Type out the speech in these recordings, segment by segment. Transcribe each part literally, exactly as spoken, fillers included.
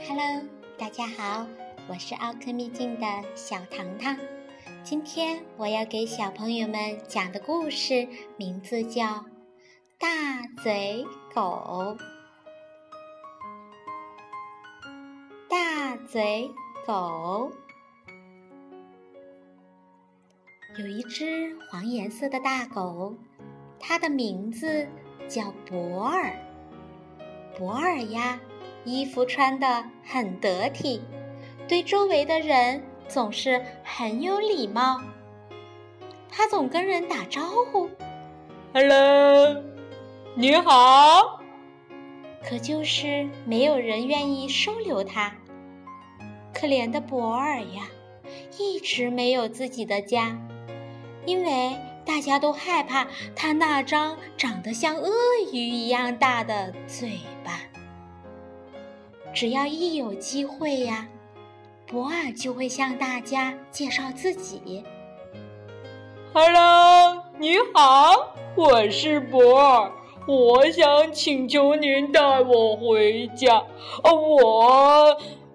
Hello， 大家好，我是奥克秘境的小糖糖。今天我要给小朋友们讲的故事名字叫《大嘴狗》。大嘴狗。有一只黄颜色的大狗，它的名字叫博尔。博尔呀，衣服穿得很得体，对周围的人总是很有礼貌。他总跟人打招呼 Hello， 你好。 可就是没有人愿意收留他。可怜的博尔呀，一直没有自己的家，因为大家都害怕他那张长得像鳄鱼一样大的嘴巴。只要一有机会呀，博尔就会向大家介绍自己。 Hello， 你好，我是博尔，我想请求您带我回家。我……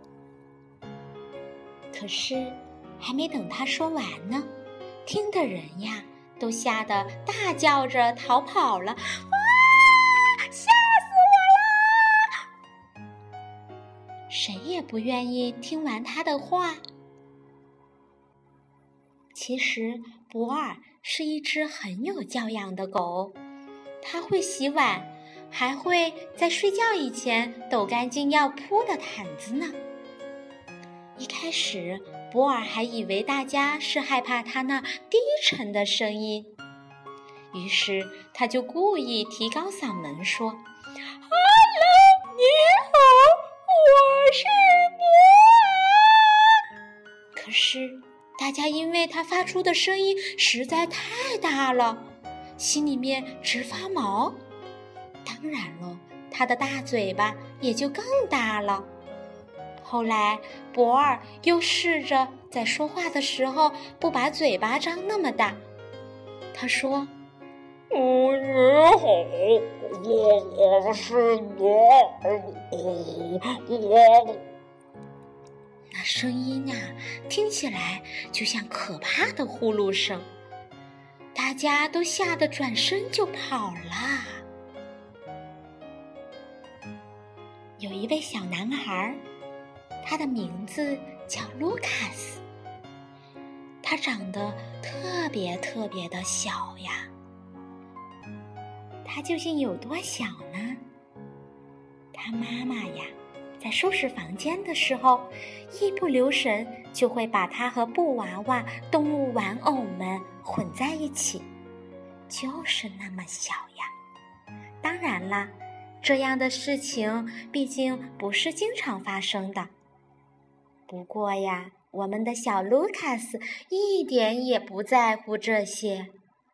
可是还没等他说完呢，听的人呀都吓得大叫着逃跑了。哇！吓死我了！谁也不愿意听完他的话。其实博尔是一只很有教养的狗，它会洗碗，还会在睡觉以前抖干净要铺的毯子呢。一开始博尔还以为大家是害怕他那低沉的声音，于是他就故意提高嗓门说 Hello， 你好，我是博尔。可是大家因为他发出的声音实在太大了，心里面直发毛。当然了，他的大嘴巴也就更大了。后来博尔又试着在说话的时候不把嘴巴张那么大。他说： 哦，你好，我我是博尔，我…… 那声音啊，听起来就像可怕的呼噜声，大家都吓得转身就跑了。有一位小男孩，他的名字叫卢卡斯，他长得特别特别的小呀。他究竟有多小呢？他妈妈呀，在收拾房间的时候，一不留神就会把他和布娃娃、动物玩偶们混在一起，就是那么小呀。当然啦，这样的事情毕竟不是经常发生的。不过呀，我们的小卢卡斯一点也不在乎这些。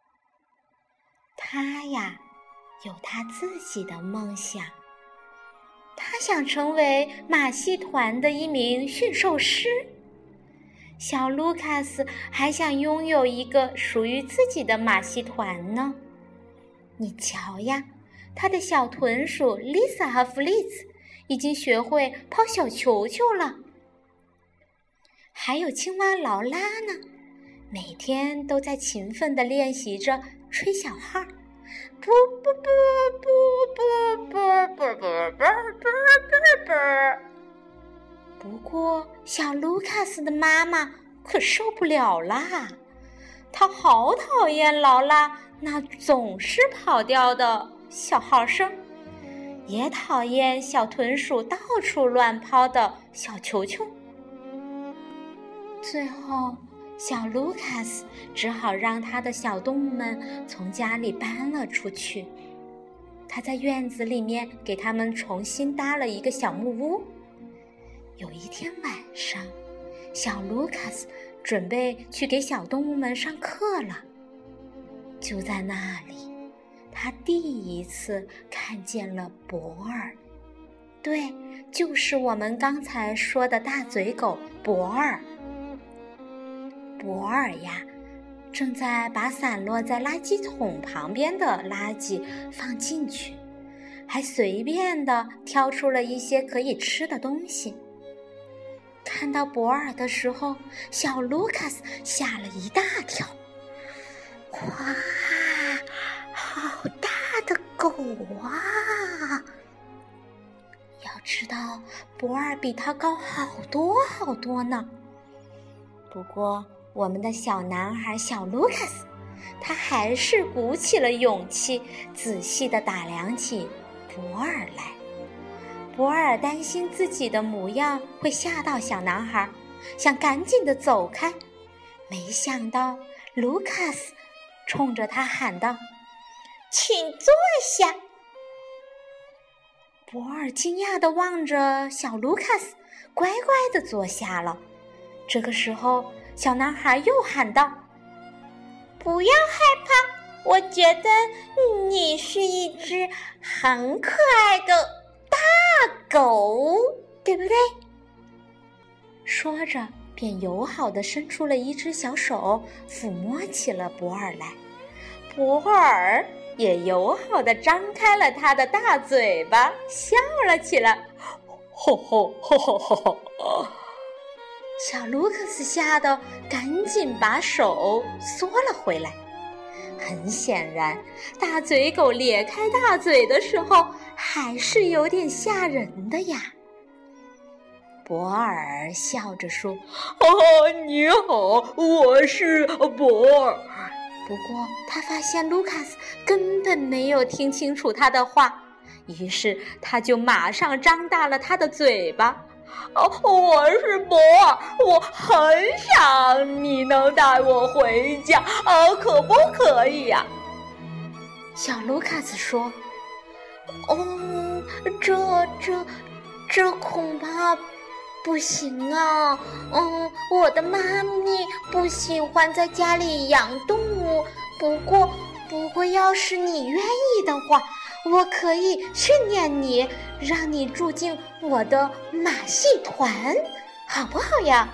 他呀，有他自己的梦想。他想成为马戏团的一名驯兽师。小卢卡斯还想拥有一个属于自己的马戏团呢。你瞧呀，他的小豚鼠 Lisa 和 Fritz 已经学会抛小球球了。还有青蛙劳拉呢，每天都在勤奋地练习着吹小号。不不不不不不不不不不。不过小卢卡斯的妈妈可受不了啦，她好讨厌劳拉那总是跑调的小号声，也讨厌小豚鼠到处乱抛的小球球。最后小卢卡斯只好让他的小动物们从家里搬了出去。他在院子里面给他们重新搭了一个小木屋。有一天晚上，小卢卡斯准备去给小动物们上课了。就在那里，他第一次看见了博尔。对，就是我们刚才说的大嘴狗博尔。博尔呀，正在把散落在垃圾桶旁边的垃圾放进去， 还随便地挑出了一些可以吃的东西。看到博尔的时候，小卢卡斯吓了一大跳。哇，好大的狗啊！要知道，博尔比他高好多好多呢。不过，我们的小男孩小卢卡斯，他还是鼓起了勇气，仔细地打量起博尔来。博尔担心自己的模样会吓到小男孩，想赶紧地走开。没想到，卢卡斯冲着他喊道：“请坐下。”博尔惊讶地望着小卢卡斯，乖乖地坐下了。这个时候，小男孩又喊道：“不要害怕，我觉得你是一只很可爱的大狗，对不对？”说着，便友好地伸出了一只小手，抚摸起了博尔来。博尔也友好地张开了他的大嘴巴，笑了起来。吼吼吼吼吼吼！小卢克斯吓得赶紧把手缩了回来。很显然，大嘴狗咧开大嘴的时候还是有点吓人的呀。博尔笑着说：“ 哦，你好，我是博尔。” 不过他发现卢卡斯根本没有听清楚他的话，于是他就马上张大了他的嘴巴。 哦，我是博尔，我很想你能带我回家，呃，可不可以呀？ 小卢卡斯说：“哦，这这这恐怕不行啊，嗯，我的妈咪不喜欢在家里养动物，不过不过要是你愿意的话，我可以训练你，让你住进我的马戏团，好不好呀？”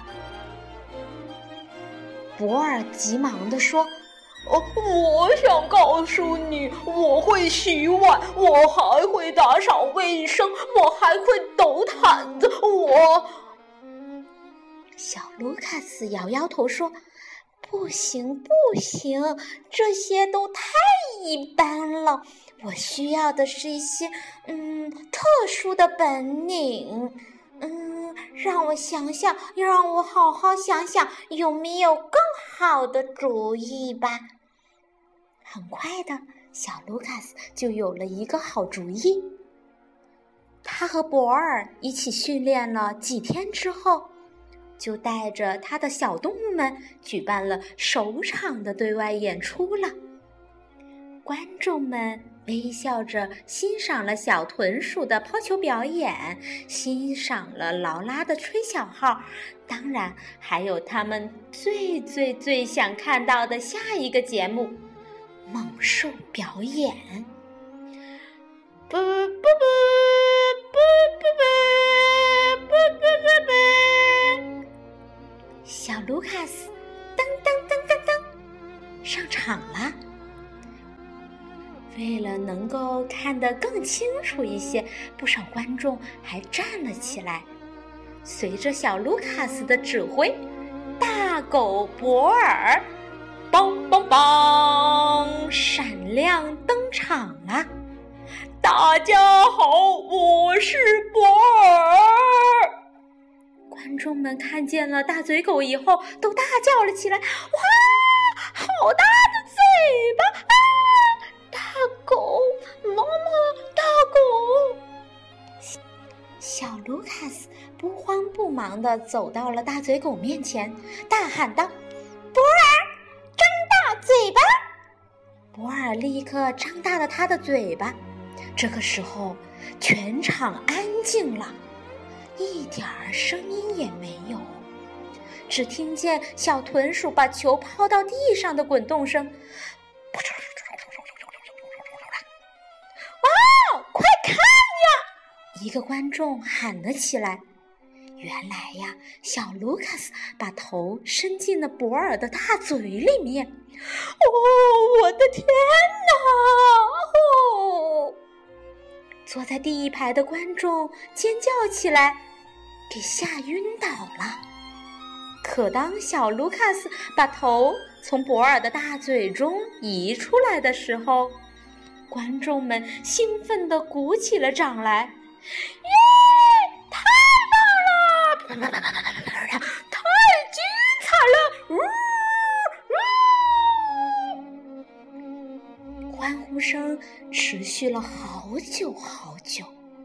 博尔急忙地说：“ 哦，我想告诉你，我会洗碗，我还会打扫卫生，我还会抖毯子，我……” 小卢卡斯摇摇头说：“不行不行，这些都太一般了，我需要的是一些嗯特殊的本领。嗯，让我想想，让我好好想想，有没有更好的主意吧。”很快的，小卢卡斯就有了一个好主意。他和博尔一起训练了几天之后，就带着他的小动物们举办了首场的对外演出了。观众们微笑着欣赏了小豚鼠的抛球表演，欣赏了劳拉的吹小号，当然还有他们最最最想看到的下一个节目——猛兽表演。不不不不不不不不不！小卢卡斯噔噔噔噔噔上场了。为了能够看得更清楚一些，不少观众还站了起来。随着小卢卡斯的指挥，大狗博尔梆梆梆闪亮登场了。 大家好，我是博尔。 观众们看见了大嘴狗以后，都大叫了起来：“哇，好大的嘴巴！啊，大狗，妈妈，大狗！”小卢卡斯不慌不忙地走到了大嘴狗面前，大喊道：“博尔，张大嘴巴！”博尔立刻张大了他的嘴巴。这个时候，全场安静了，一点儿声音也没有，只听见小豚鼠把球抛到地上的滚动声。哇，快看呀！一个观众喊了起来。原来呀，小卢卡斯把头伸进了博尔的大嘴里面。哦，我的天哪！哦， 坐在第一排的观众尖叫起来，给吓晕倒了。可当小卢卡斯把头从博尔的大嘴中移出来的时候，观众们兴奋地鼓起了掌来。耶！太棒了！太精彩了！欢呼声持续了好久好久。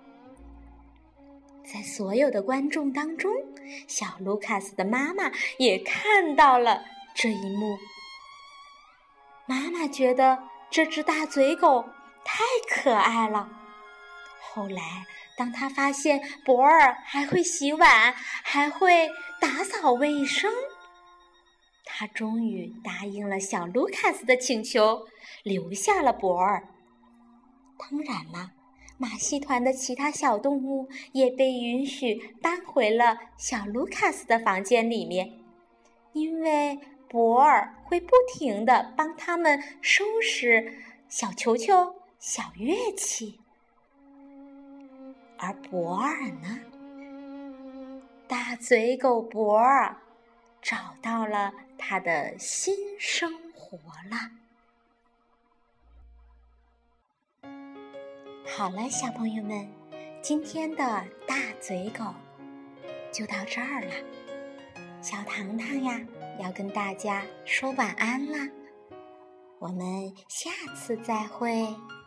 在所有的观众当中，小卢卡斯的妈妈也看到了这一幕。妈妈觉得这只大嘴狗太可爱了。后来当她发现博尔还会洗碗，还会打扫卫生，她终于答应了小卢卡斯的请求，留下了博尔。当然了，马戏团的其他小动物也被允许搬回了小卢卡斯的房间里面，因为博尔会不停地帮他们收拾小球球、小乐器。而博尔呢？大嘴狗博尔找到了他的新生活了。好了，小朋友们，今天的大嘴狗就到这儿了。小糖糖呀，要跟大家说晚安啦，我们下次再会。